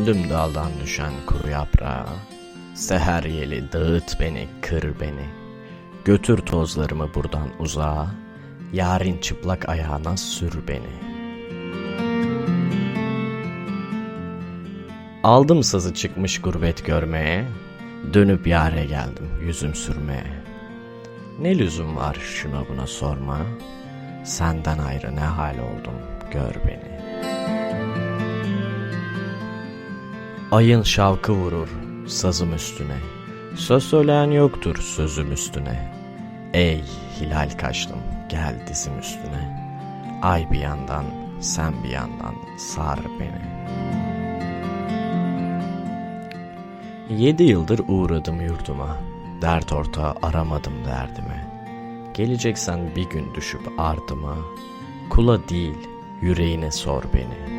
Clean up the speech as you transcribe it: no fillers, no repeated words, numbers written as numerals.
Döndüm daldan düşen kuru yaprağa. Seher yeli dağıt beni, kır beni. Götür tozlarımı buradan uzağa. Yarın çıplak ayağına sür beni. Aldım sazı çıkmış gurbet görmeye. Dönüp yâre geldim yüzüm sürmeye. Ne lüzum var şuna buna sorma. Senden ayrı ne hal oldum gör beni. Ayın şavkı vurur sazım üstüne. Söz söyleyen yoktur sözüm üstüne. Ey hilal kaşlım gel dizim üstüne. Ay bir yandan sen bir yandan sar beni. 7 yıldır uğradım yurduma. Dert ortağı aramadım derdime. Geleceksen bir gün düşüp ardıma. Kula değil yüreğine sor beni.